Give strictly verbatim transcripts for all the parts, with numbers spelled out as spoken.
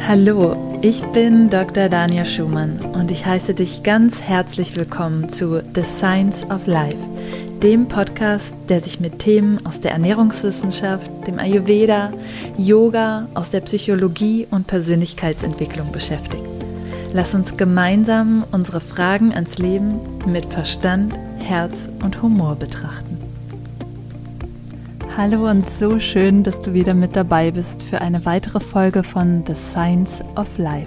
Hallo, ich bin Doktor Dania Schumann und ich heiße dich ganz herzlich willkommen zu The Science of Life, dem Podcast, der sich mit Themen aus der Ernährungswissenschaft, dem Ayurveda, Yoga, aus der Psychologie und Persönlichkeitsentwicklung beschäftigt. Lass uns gemeinsam unsere Fragen ans Leben mit Verstand, Herz und Humor betrachten. Hallo und so schön, dass du wieder mit dabei bist für eine weitere Folge von The Science of Life.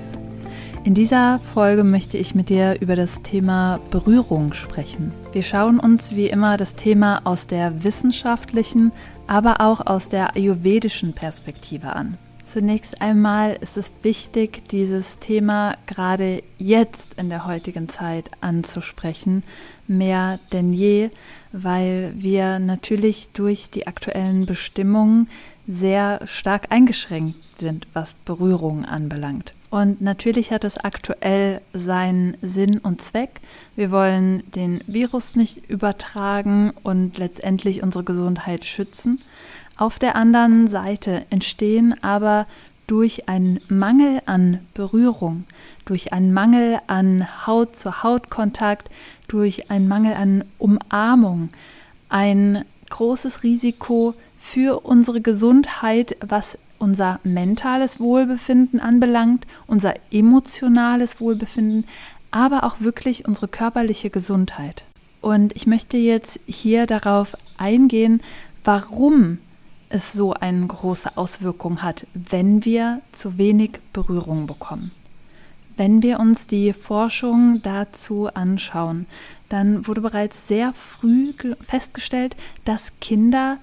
In dieser Folge möchte ich mit dir über das Thema Berührung sprechen. Wir schauen uns wie immer das Thema aus der wissenschaftlichen, aber auch aus der ayurvedischen Perspektive an. Zunächst einmal ist es wichtig, dieses Thema gerade jetzt in der heutigen Zeit anzusprechen, mehr denn je, weil wir natürlich durch die aktuellen Bestimmungen sehr stark eingeschränkt sind, was Berührung anbelangt. Und natürlich hat es aktuell seinen Sinn und Zweck. Wir wollen den Virus nicht übertragen und letztendlich unsere Gesundheit schützen. Auf der anderen Seite entstehen aber durch einen Mangel an Berührung, durch einen Mangel an Haut-zu-Haut-Kontakt, durch einen Mangel an Umarmung ein großes Risiko für unsere Gesundheit, was unser mentales Wohlbefinden anbelangt, unser emotionales Wohlbefinden, aber auch wirklich unsere körperliche Gesundheit. Und ich möchte jetzt hier darauf eingehen, warum es so eine große Auswirkung hat, wenn wir zu wenig Berührung bekommen. Wenn wir uns die Forschung dazu anschauen, dann wurde bereits sehr früh festgestellt, dass Kinder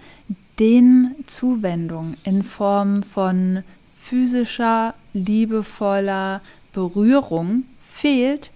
den Zuwendung in Form von physischer, liebevoller Berührung fehlt,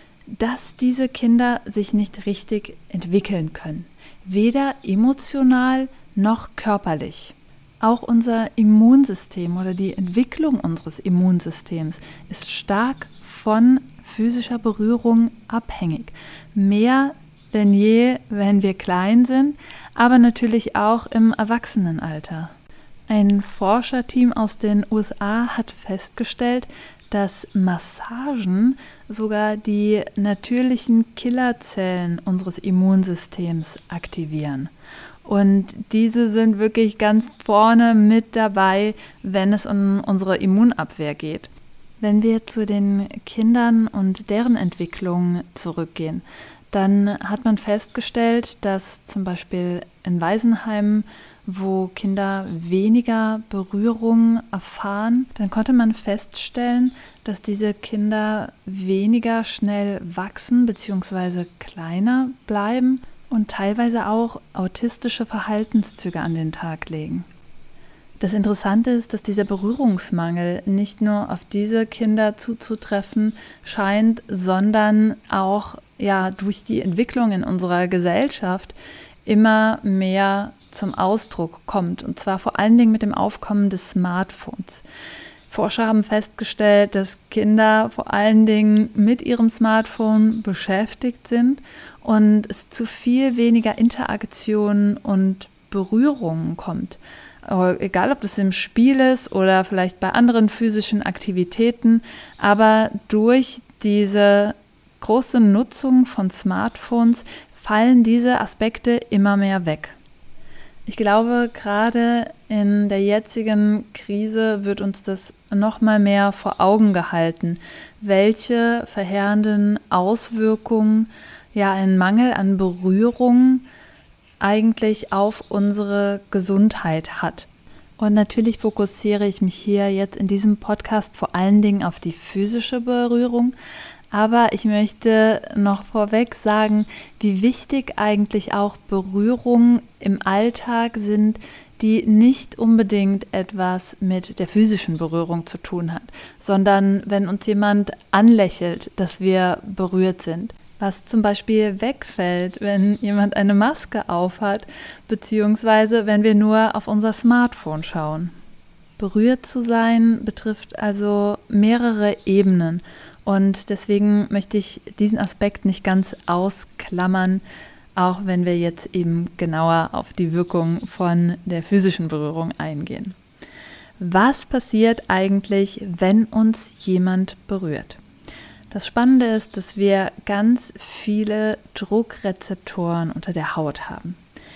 dass diese Kinder sich nicht richtig entwickeln können, weder emotional noch körperlich. Auch unser Immunsystem oder die Entwicklung unseres Immunsystems ist stark von physischer Berührung abhängig. Mehr denn je, wenn wir klein sind, aber natürlich auch im Erwachsenenalter. Ein Forscherteam aus den U S A hat festgestellt, dass Massagen sogar die natürlichen Killerzellen unseres Immunsystems aktivieren. Und diese sind wirklich ganz vorne mit dabei, wenn es um unsere Immunabwehr geht. Wenn wir zu den Kindern und deren Entwicklung zurückgehen, dann hat man festgestellt, dass zum Beispiel in Waisenheimen, wo Kinder weniger Berührung erfahren, dann konnte man feststellen, dass diese Kinder weniger schnell wachsen bzw. kleiner bleiben und teilweise auch autistische Verhaltenszüge an den Tag legen. Das Interessante ist, dass dieser Berührungsmangel nicht nur auf diese Kinder zuzutreffen scheint, sondern auch ja, durch die Entwicklung in unserer Gesellschaft immer mehr zum Ausdruck kommt, und zwar vor allen Dingen mit dem Aufkommen des Smartphones. Forscher haben festgestellt, dass Kinder vor allen Dingen mit ihrem Smartphone beschäftigt sind und es zu viel weniger Interaktion und Berührungen kommt. Egal, ob das im Spiel ist oder vielleicht bei anderen physischen Aktivitäten, aber durch diese große Nutzung von Smartphones fallen diese Aspekte immer mehr weg. Ich glaube, gerade in der jetzigen Krise wird uns das noch mal mehr vor Augen gehalten, welche verheerenden Auswirkungen ja ein Mangel an Berührung eigentlich auf unsere Gesundheit hat. Und natürlich fokussiere ich mich hier jetzt in diesem Podcast vor allen Dingen auf die physische Berührung, aber ich möchte noch vorweg sagen, wie wichtig eigentlich auch Berührungen im Alltag sind, die nicht unbedingt etwas mit der physischen Berührung zu tun hat, sondern wenn uns jemand anlächelt, dass wir berührt sind. Was zum Beispiel wegfällt, wenn jemand eine Maske aufhat, beziehungsweise wenn wir nur auf unser Smartphone schauen. Berührt zu sein betrifft also mehrere Ebenen. Und deswegen möchte ich diesen Aspekt nicht ganz ausklammern, auch wenn wir jetzt eben genauer auf die Wirkung von der physischen Berührung eingehen. Was passiert eigentlich, wenn uns jemand berührt? Das Spannende ist, dass wir ganz viele Druckrezeptoren unter der Haut haben.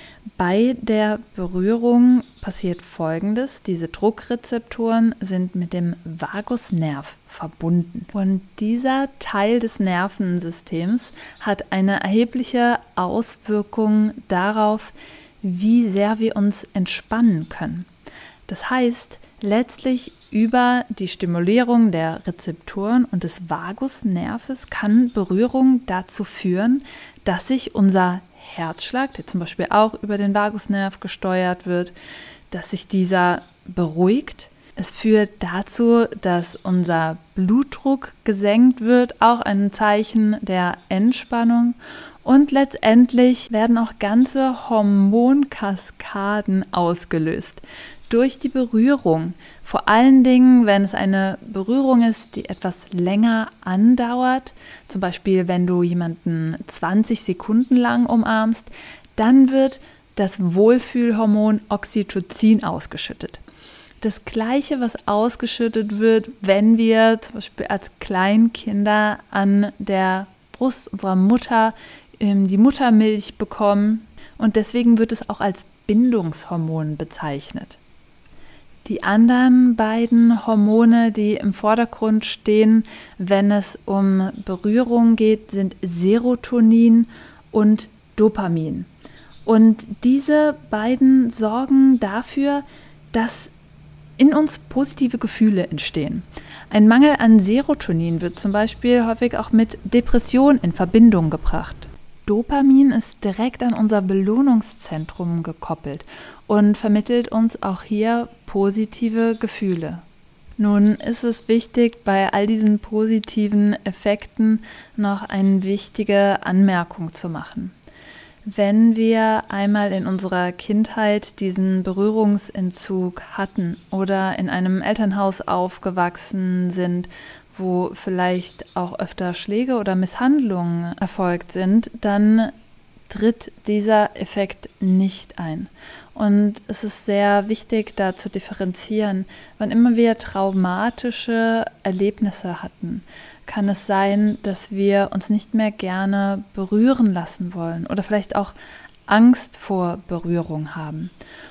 Bei der Berührung passiert Folgendes: Diese Druckrezeptoren sind mit dem Vagusnerv verbunden. Und dieser Teil des Nervensystems hat eine erhebliche Auswirkung darauf, wie sehr wir uns entspannen können. Das heißt, letztlich über die Stimulierung der Rezeptoren und des Vagusnerves kann Berührung dazu führen, dass sich unser Herzschlag, der zum Beispiel auch über den Vagusnerv gesteuert wird, dass sich dieser beruhigt. Es führt dazu, dass unser Blutdruck gesenkt wird, auch ein Zeichen der Entspannung. Und letztendlich werden auch ganze Hormonkaskaden ausgelöst durch die Berührung. Vor allen Dingen, wenn es eine Berührung ist, die etwas länger andauert, zum Beispiel wenn du jemanden zwanzig Sekunden lang umarmst, dann wird das Wohlfühlhormon Oxytocin ausgeschüttet. Das Gleiche, was ausgeschüttet wird, wenn wir zum Beispiel als Kleinkinder an der Brust unserer Mutter ähm, die Muttermilch bekommen, und deswegen wird es auch als Bindungshormon bezeichnet. Die anderen beiden Hormone, die im Vordergrund stehen, wenn es um Berührung geht, sind Serotonin und Dopamin. Und diese beiden sorgen dafür, dass in uns positive Gefühle entstehen. Ein Mangel an Serotonin wird zum Beispiel häufig auch mit Depression in Verbindung gebracht. Dopamin ist direkt an unser Belohnungszentrum gekoppelt und vermittelt uns auch hier positive Gefühle. Nun ist es wichtig, bei all diesen positiven Effekten noch eine wichtige Anmerkung zu machen. Wenn wir einmal in unserer Kindheit diesen Berührungsentzug hatten oder in einem Elternhaus aufgewachsen sind, wo vielleicht auch öfter Schläge oder Misshandlungen erfolgt sind, dann tritt dieser Effekt nicht ein. Und es ist sehr wichtig, da zu differenzieren. Wann immer wir traumatische Erlebnisse hatten, kann es sein, dass wir uns nicht mehr gerne berühren lassen wollen oder vielleicht auch Angst vor Berührung haben.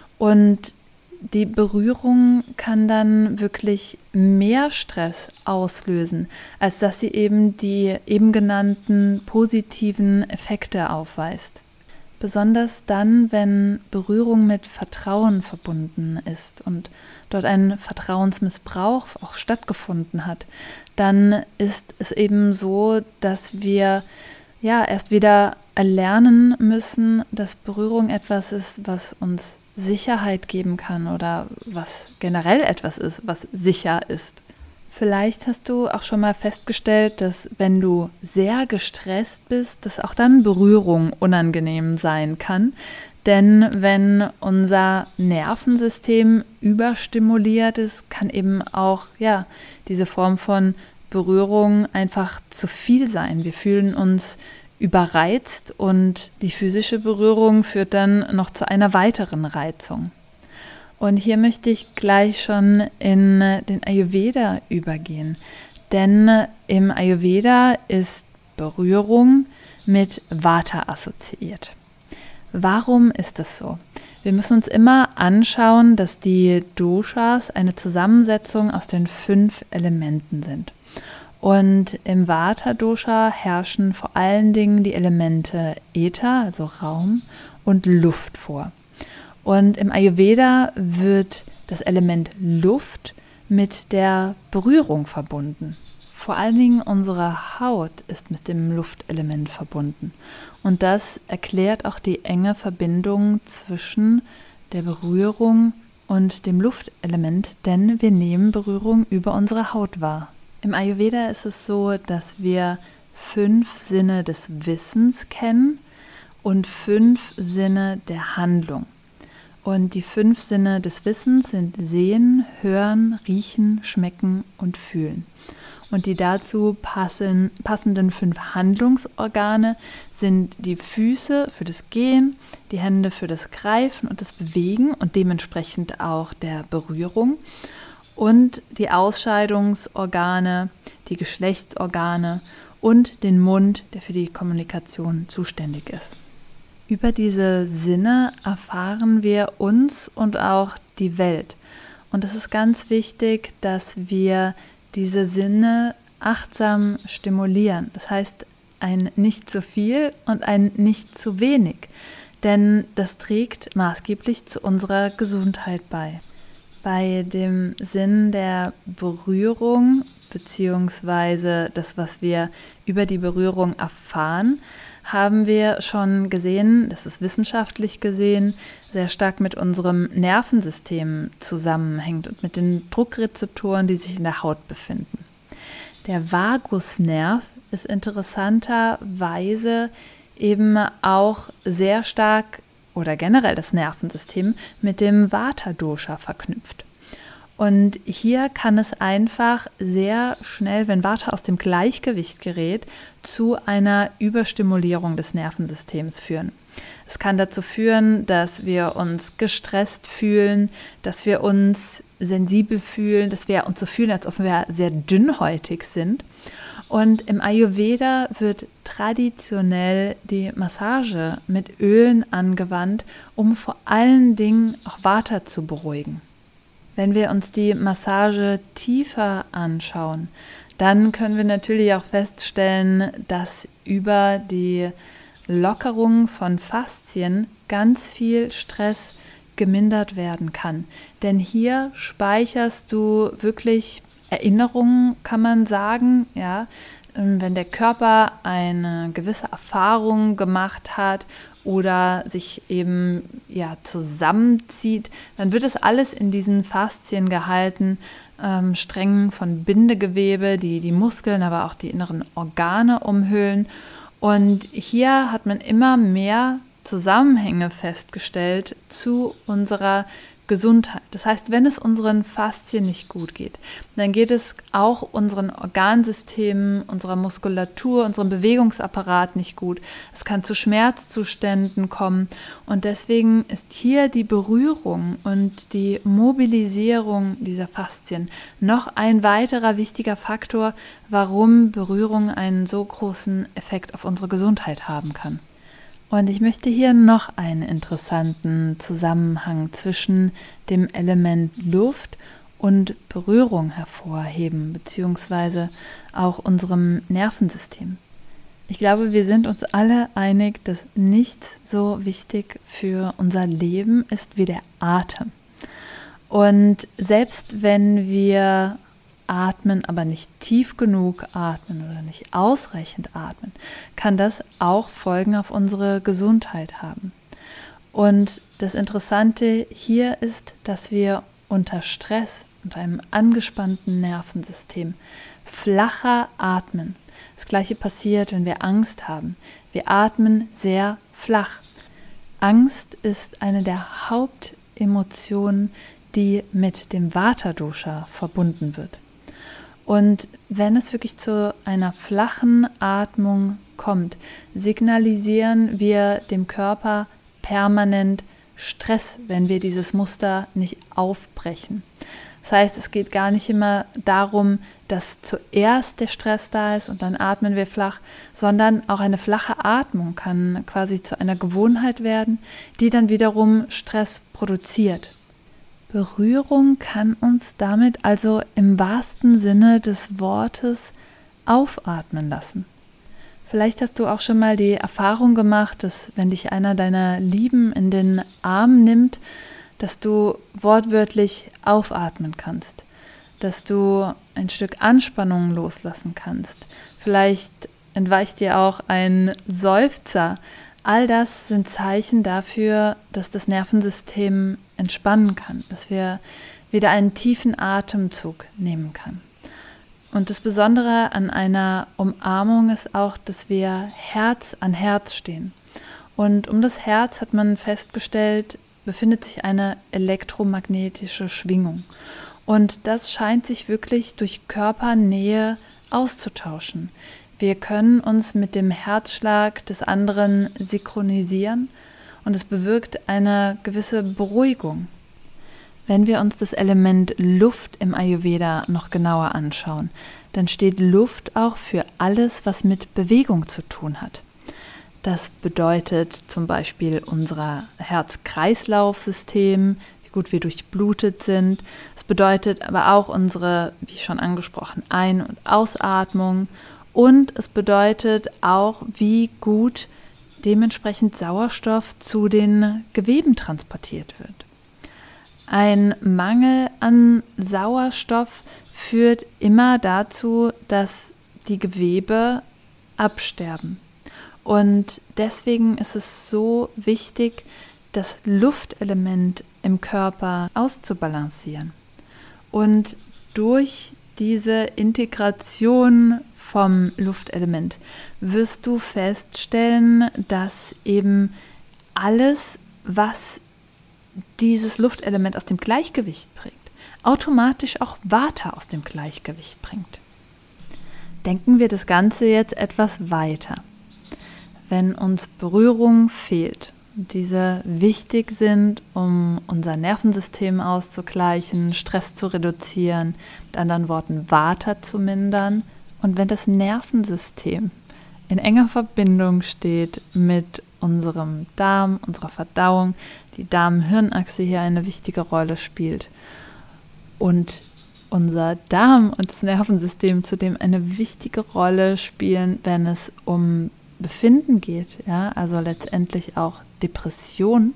Und die Berührung kann dann wirklich mehr Stress auslösen, als dass sie eben die eben genannten positiven Effekte aufweist. Besonders dann, wenn Berührung mit Vertrauen verbunden ist und dort ein Vertrauensmissbrauch auch stattgefunden hat, dann ist es eben so, dass wir ja erst wieder erlernen müssen, dass Berührung etwas ist, was uns Sicherheit geben kann oder was generell etwas ist, was sicher ist. Vielleicht hast du auch schon mal festgestellt, dass wenn du sehr gestresst bist, dass auch dann Berührung unangenehm sein kann. Denn wenn unser Nervensystem überstimuliert ist, kann eben auch ja, diese Form von Berührung einfach zu viel sein. Wir fühlen uns überreizt und die physische Berührung führt dann noch zu einer weiteren Reizung. Und hier möchte ich gleich schon in den Ayurveda übergehen, denn im Ayurveda ist Berührung mit Vata assoziiert. Warum ist das so? Wir müssen uns immer anschauen, dass die Doshas eine Zusammensetzung aus den fünf Elementen sind. Und im Vata-Dosha herrschen vor allen Dingen die Elemente Äther, also Raum, und Luft vor. Und im Ayurveda wird das Element Luft mit der Berührung verbunden. Vor allen Dingen unsere Haut ist mit dem Luftelement verbunden. Und das erklärt auch die enge Verbindung zwischen der Berührung und dem Luftelement, denn wir nehmen Berührung über unsere Haut wahr. Im Ayurveda ist es so, dass wir fünf Sinne des Wissens kennen und fünf Sinne der Handlung. Und die fünf Sinne des Wissens sind Sehen, Hören, Riechen, Schmecken und Fühlen. Und die dazu passen, passenden fünf Handlungsorgane sind die Füße für das Gehen, die Hände für das Greifen und das Bewegen und dementsprechend auch der Berührung. und die Ausscheidungsorgane, die Geschlechtsorgane und den Mund, der für die Kommunikation zuständig ist. Über diese Sinne erfahren wir uns und auch die Welt. Und es ist ganz wichtig, dass wir diese Sinne achtsam stimulieren. Das heißt, ein nicht zu viel und ein nicht zu wenig. Denn das trägt maßgeblich zu unserer Gesundheit bei. Bei dem Sinn der Berührung, beziehungsweise das, was wir über die Berührung erfahren, haben wir schon gesehen, das ist wissenschaftlich gesehen, sehr stark mit unserem Nervensystem zusammenhängt und mit den Druckrezeptoren, die sich in der Haut befinden. Der Vagusnerv ist interessanterweise eben auch sehr stark oder generell das Nervensystem mit dem Vata-Dosha verknüpft. Und hier kann es einfach sehr schnell, wenn Vata aus dem Gleichgewicht gerät, zu einer Überstimulierung des Nervensystems führen. Es kann dazu führen, dass wir uns gestresst fühlen, dass wir uns sensibel fühlen, dass wir uns so fühlen, als ob wir sehr dünnhäutig sind. Und im Ayurveda wird traditionell die Massage mit Ölen angewandt, um vor allen Dingen auch Vata zu beruhigen. Wenn wir uns die Massage tiefer anschauen, dann können wir natürlich auch feststellen, dass über die Lockerung von Faszien ganz viel Stress gemindert werden kann. Denn hier speicherst du wirklich Erinnerungen, kann man sagen, ja, wenn der Körper eine gewisse Erfahrung gemacht hat oder sich eben ja zusammenzieht, dann wird es alles in diesen Faszien gehalten, ähm, Strängen von Bindegewebe, die die Muskeln, aber auch die inneren Organe umhüllen. Und hier hat man immer mehr Zusammenhänge festgestellt zu unserer Gesundheit. Das heißt, wenn es unseren Faszien nicht gut geht, dann geht es auch unseren Organsystemen, unserer Muskulatur, unserem Bewegungsapparat nicht gut. Es kann zu Schmerzzuständen kommen und deswegen ist hier die Berührung und die Mobilisierung dieser Faszien noch ein weiterer wichtiger Faktor, warum Berührung einen so großen Effekt auf unsere Gesundheit haben kann. Und ich möchte hier noch einen interessanten Zusammenhang zwischen dem Element Luft und Berührung hervorheben, beziehungsweise auch unserem Nervensystem. Ich glaube, wir sind uns alle einig, dass nichts so wichtig für unser Leben ist wie der Atem. Und selbst wenn wir atmen, aber nicht tief genug atmen oder nicht ausreichend atmen, kann das auch Folgen auf unsere Gesundheit haben. Und das Interessante hier ist, dass wir unter Stress, unter einem angespannten Nervensystem flacher atmen. Das Gleiche passiert, wenn wir Angst haben. Wir atmen sehr flach. Angst ist eine der Hauptemotionen, die mit dem Vata-Dosha verbunden wird. Und wenn es wirklich zu einer flachen Atmung kommt, signalisieren wir dem Körper permanent Stress, wenn wir dieses Muster nicht aufbrechen. Das heißt, es geht gar nicht immer darum, dass zuerst der Stress da ist und dann atmen wir flach, sondern auch eine flache Atmung kann quasi zu einer Gewohnheit werden, die dann wiederum Stress produziert. Berührung kann uns damit also im wahrsten Sinne des Wortes aufatmen lassen. Vielleicht hast du auch schon mal die Erfahrung gemacht, dass wenn dich einer deiner Lieben in den Arm nimmt, dass du wortwörtlich aufatmen kannst, dass du ein Stück Anspannung loslassen kannst. Vielleicht entweicht dir auch ein Seufzer. All das sind Zeichen dafür, dass das Nervensystem entspannen kann, dass wir wieder einen tiefen Atemzug nehmen können. Und das Besondere an einer Umarmung ist auch, dass wir Herz an Herz stehen. Und um das Herz hat man festgestellt, befindet sich eine elektromagnetische Schwingung. Und das scheint sich wirklich durch Körpernähe auszutauschen. Wir können uns mit dem Herzschlag des anderen synchronisieren und es bewirkt eine gewisse Beruhigung. Wenn wir uns das Element Luft im Ayurveda noch genauer anschauen, dann steht Luft auch für alles, was mit Bewegung zu tun hat. Das bedeutet zum Beispiel unser Herz-Kreislauf-System, wie gut wir durchblutet sind. Es bedeutet aber auch unsere, wie schon angesprochen, Ein- und Ausatmung. Und es bedeutet auch, wie gut dementsprechend Sauerstoff zu den Geweben transportiert wird. Ein Mangel an Sauerstoff führt immer dazu, dass die Gewebe absterben. Und deswegen ist es so wichtig, das Luftelement im Körper auszubalancieren. Und durch diese Integration vom Luftelement wirst du feststellen, dass eben alles, was dieses Luftelement aus dem Gleichgewicht bringt, automatisch auch Vata aus dem Gleichgewicht bringt. Denken wir das Ganze jetzt etwas weiter. Wenn uns Berührung fehlt, diese wichtig sind, um unser Nervensystem auszugleichen, Stress zu reduzieren, mit anderen Worten Vata zu mindern, und wenn das Nervensystem in enger Verbindung steht mit unserem Darm, unserer Verdauung, die Darm-Hirn-Achse hier eine wichtige Rolle spielt und unser Darm und das Nervensystem zudem eine wichtige Rolle spielen, wenn es um Befinden geht, ja, also letztendlich auch Depression,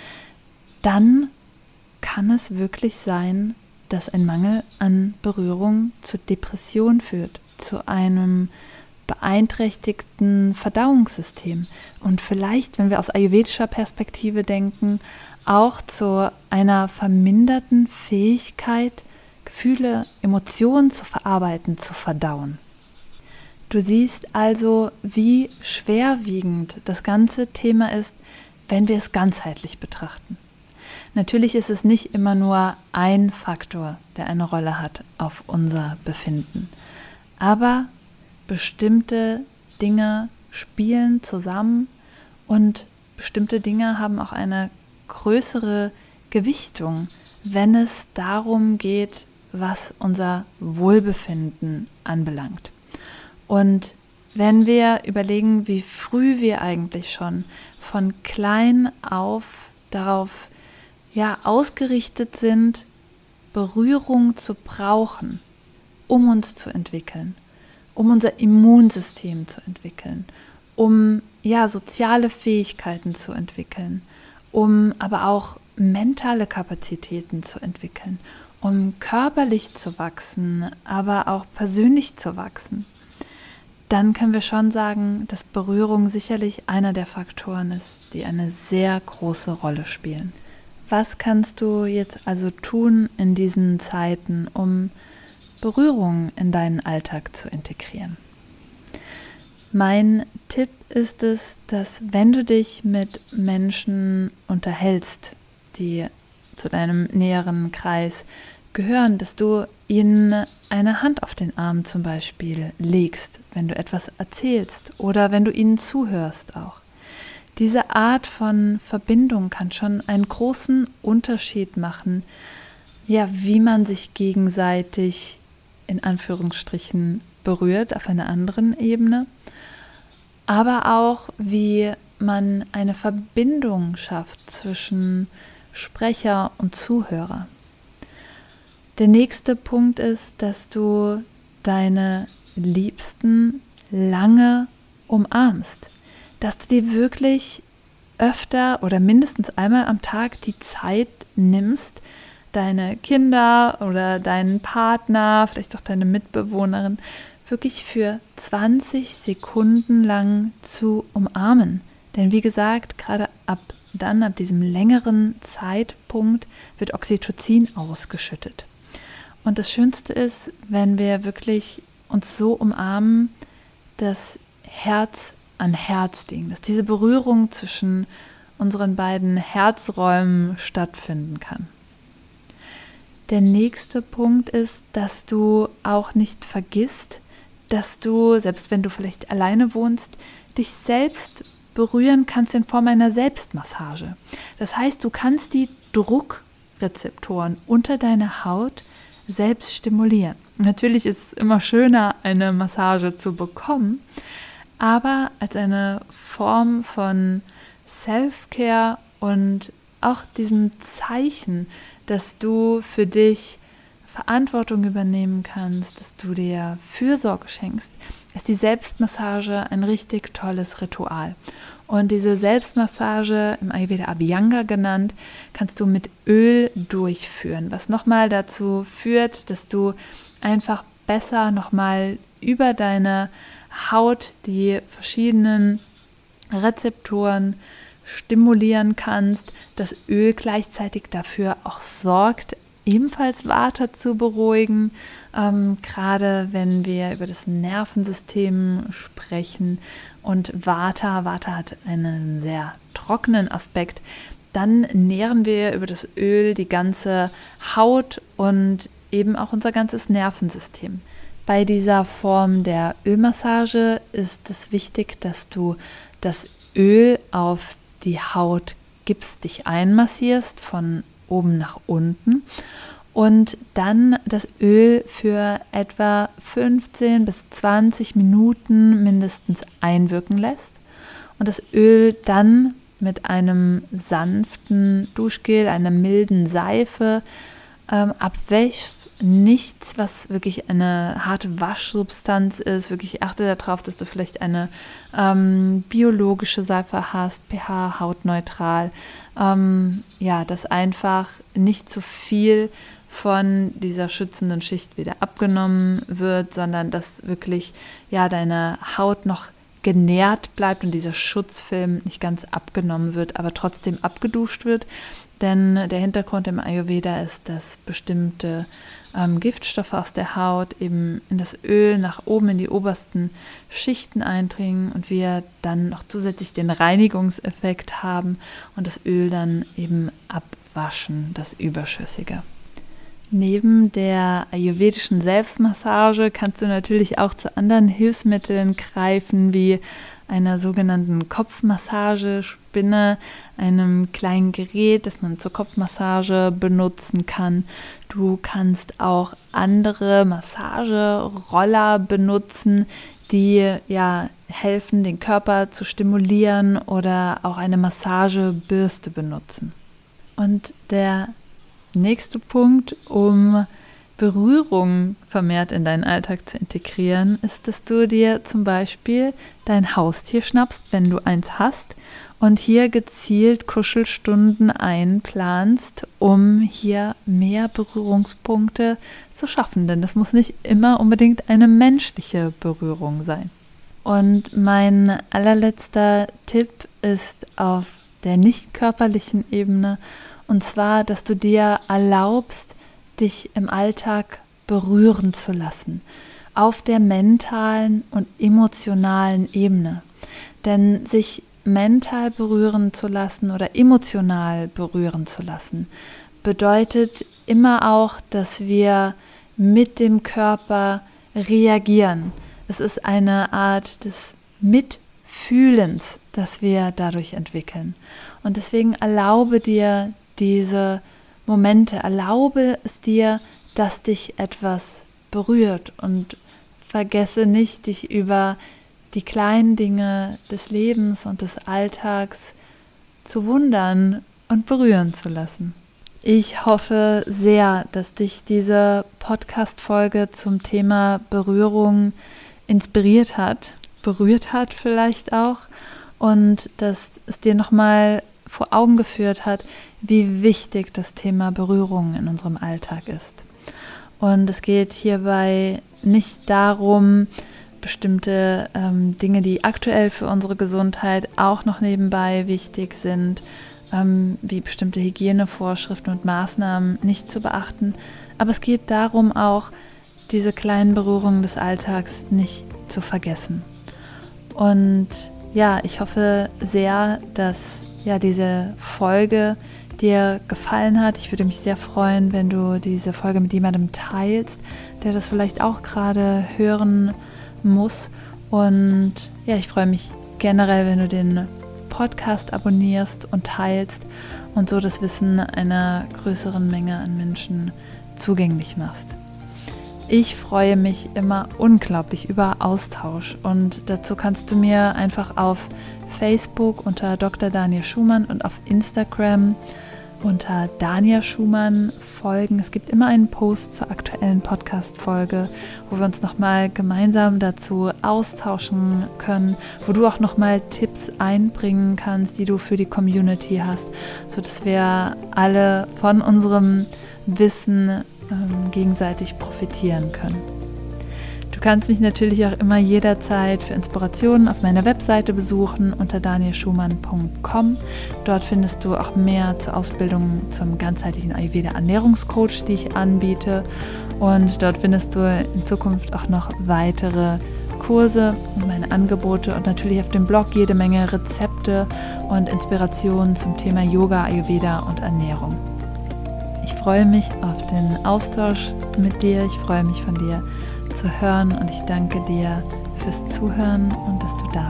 dann kann es wirklich sein, dass ein Mangel an Berührung zur Depression führt, zu einem beeinträchtigten Verdauungssystem und vielleicht, wenn wir aus ayurvedischer Perspektive denken, auch zu einer verminderten Fähigkeit, Gefühle, Emotionen zu verarbeiten, zu verdauen. Du siehst also, wie schwerwiegend das ganze Thema ist, wenn wir es ganzheitlich betrachten. Natürlich ist es nicht immer nur ein Faktor, der eine Rolle hat auf unser Befinden, aber bestimmte Dinge spielen zusammen und bestimmte Dinge haben auch eine größere Gewichtung, wenn es darum geht, was unser Wohlbefinden anbelangt. Und wenn wir überlegen, wie früh wir eigentlich schon von klein auf darauf ja, ausgerichtet sind, Berührung zu brauchen, um uns zu entwickeln, um unser Immunsystem zu entwickeln, um ja, soziale Fähigkeiten zu entwickeln, um aber auch mentale Kapazitäten zu entwickeln, um körperlich zu wachsen, aber auch persönlich zu wachsen, dann können wir schon sagen, dass Berührung sicherlich einer der Faktoren ist, die eine sehr große Rolle spielen. Was kannst du jetzt also tun in diesen Zeiten, um Berührung in deinen Alltag zu integrieren? Mein Tipp ist es, dass wenn du dich mit Menschen unterhältst, die zu deinem näheren Kreis gehören, dass du ihnen eine Hand auf den Arm zum Beispiel legst, wenn du etwas erzählst oder wenn du ihnen zuhörst auch. Diese Art von Verbindung kann schon einen großen Unterschied machen, ja, wie man sich gegenseitig in Anführungsstrichen berührt auf einer anderen Ebene, aber auch wie man eine Verbindung schafft zwischen Sprecher und Zuhörer. Der nächste Punkt ist, dass du deine Liebsten lange umarmst, dass du dir wirklich öfter oder mindestens einmal am Tag die Zeit nimmst, deine Kinder oder deinen Partner, vielleicht auch deine Mitbewohnerin, wirklich für zwanzig Sekunden lang zu umarmen. Denn wie gesagt, gerade ab dann, ab diesem längeren Zeitpunkt, wird Oxytocin ausgeschüttet. Und das Schönste ist, wenn wir wirklich uns so umarmen, dass Herz an Herz liegen, dass diese Berührung zwischen unseren beiden Herzräumen stattfinden kann. Der nächste Punkt ist, dass du auch nicht vergisst, dass du, selbst wenn du vielleicht alleine wohnst, dich selbst berühren kannst in Form einer Selbstmassage. Das heißt, du kannst die Druck Rezeptoren unter deiner Haut selbst stimulieren. Natürlich ist es immer schöner, eine Massage zu bekommen, aber als eine Form von Self-Care und auch diesem Zeichen, dass du für dich Verantwortung übernehmen kannst, dass du dir Fürsorge schenkst, ist die Selbstmassage ein richtig tolles Ritual. Und diese Selbstmassage, im Ayurveda Abhyanga genannt, kannst du mit Öl durchführen, was nochmal dazu führt, dass du einfach besser nochmal über deine Haut die verschiedenen Rezeptoren stimulieren kannst, das Öl gleichzeitig dafür auch sorgt, ebenfalls Vata zu beruhigen, ähm, gerade wenn wir über das Nervensystem sprechen und Vata, Vata hat einen sehr trockenen Aspekt, dann nähren wir über das Öl die ganze Haut und eben auch unser ganzes Nervensystem. Bei dieser Form der Ölmassage ist es wichtig, dass du das Öl auf die Haut gibst, dich einmassierst von oben nach unten und dann das Öl für etwa fünfzehn bis zwanzig Minuten mindestens einwirken lässt und das Öl dann mit einem sanften Duschgel, einer milden Seife ähm, abwäschst. Nichts, was wirklich eine harte Waschsubstanz ist. Wirklich achte darauf, dass du vielleicht eine ähm, biologische Seife hast, pH, hautneutral. Ähm, ja, dass einfach nicht zu viel von dieser schützenden Schicht wieder abgenommen wird, sondern dass wirklich ja deine Haut noch genährt bleibt und dieser Schutzfilm nicht ganz abgenommen wird, aber trotzdem abgeduscht wird. Denn der Hintergrund im Ayurveda ist, dass bestimmte ähm, Giftstoffe aus der Haut eben in das Öl nach oben in die obersten Schichten eindringen und wir dann noch zusätzlich den Reinigungseffekt haben und das Öl dann eben abwaschen, das Überschüssige. Neben der ayurvedischen Selbstmassage kannst du natürlich auch zu anderen Hilfsmitteln greifen, wie einer sogenannten Kopfmassagespinne, einem kleinen Gerät, das man zur Kopfmassage benutzen kann. Du kannst auch andere Massageroller benutzen, die ja helfen, den Körper zu stimulieren oder auch eine Massagebürste benutzen. Und der nächste Punkt, um Berührung vermehrt in deinen Alltag zu integrieren, ist, dass du dir zum Beispiel dein Haustier schnappst, wenn du eins hast, und hier gezielt Kuschelstunden einplanst, um hier mehr Berührungspunkte zu schaffen. Denn das muss nicht immer unbedingt eine menschliche Berührung sein. Und mein allerletzter Tipp ist auf der nicht körperlichen Ebene, und zwar, dass du dir erlaubst, dich im Alltag berühren zu lassen, auf der mentalen und emotionalen Ebene. Denn sich mental berühren zu lassen oder emotional berühren zu lassen, bedeutet immer auch, dass wir mit dem Körper reagieren. Es ist eine Art des Mitfühlens, das wir dadurch entwickeln. Und deswegen erlaube dir diese Momente, erlaube es dir, dass dich etwas berührt und vergesse nicht, dich über die kleinen Dinge des Lebens und des Alltags zu wundern und berühren zu lassen. Ich hoffe sehr, dass dich diese Podcast-Folge zum Thema Berührung inspiriert hat, berührt hat vielleicht auch und dass es dir nochmal vor Augen geführt hat, wie wichtig das Thema Berührung in unserem Alltag ist. Und es geht hierbei nicht darum, bestimmte ähm, Dinge, die aktuell für unsere Gesundheit auch noch nebenbei wichtig sind, ähm, wie bestimmte Hygienevorschriften und Maßnahmen nicht zu beachten. Aber es geht darum auch, diese kleinen Berührungen des Alltags nicht zu vergessen. Und ja, ich hoffe sehr, dass ja, diese Folge dir gefallen hat. Ich würde mich sehr freuen, wenn du diese Folge mit jemandem teilst, der das vielleicht auch gerade hören muss. Und ja, ich freue mich generell, wenn du den Podcast abonnierst und teilst. und so das Wissen einer größeren Menge an Menschen zugänglich machst. Ich freue mich immer unglaublich über Austausch und dazu kannst du mir einfach auf Facebook unter Doktor Dania Schumann und auf Instagram unter Dania Schumann folgen. Es gibt immer einen Post zur aktuellen Podcast-Folge, wo wir uns nochmal gemeinsam dazu austauschen können, wo du auch nochmal Tipps einbringen kannst, die du für die Community hast, sodass wir alle von unserem Wissen ähm, gegenseitig profitieren können. Du kannst mich natürlich auch immer jederzeit für Inspirationen auf meiner Webseite besuchen unter dania schumann punkt com. Dort findest du auch mehr zur Ausbildung zum ganzheitlichen Ayurveda-Ernährungscoach, die ich anbiete. Und dort findest du in Zukunft auch noch weitere Kurse und meine Angebote und natürlich auf dem Blog jede Menge Rezepte und Inspirationen zum Thema Yoga, Ayurveda und Ernährung. Ich freue mich auf den Austausch mit dir. Ich freue mich von dir zu hören und ich danke dir fürs Zuhören und dass du da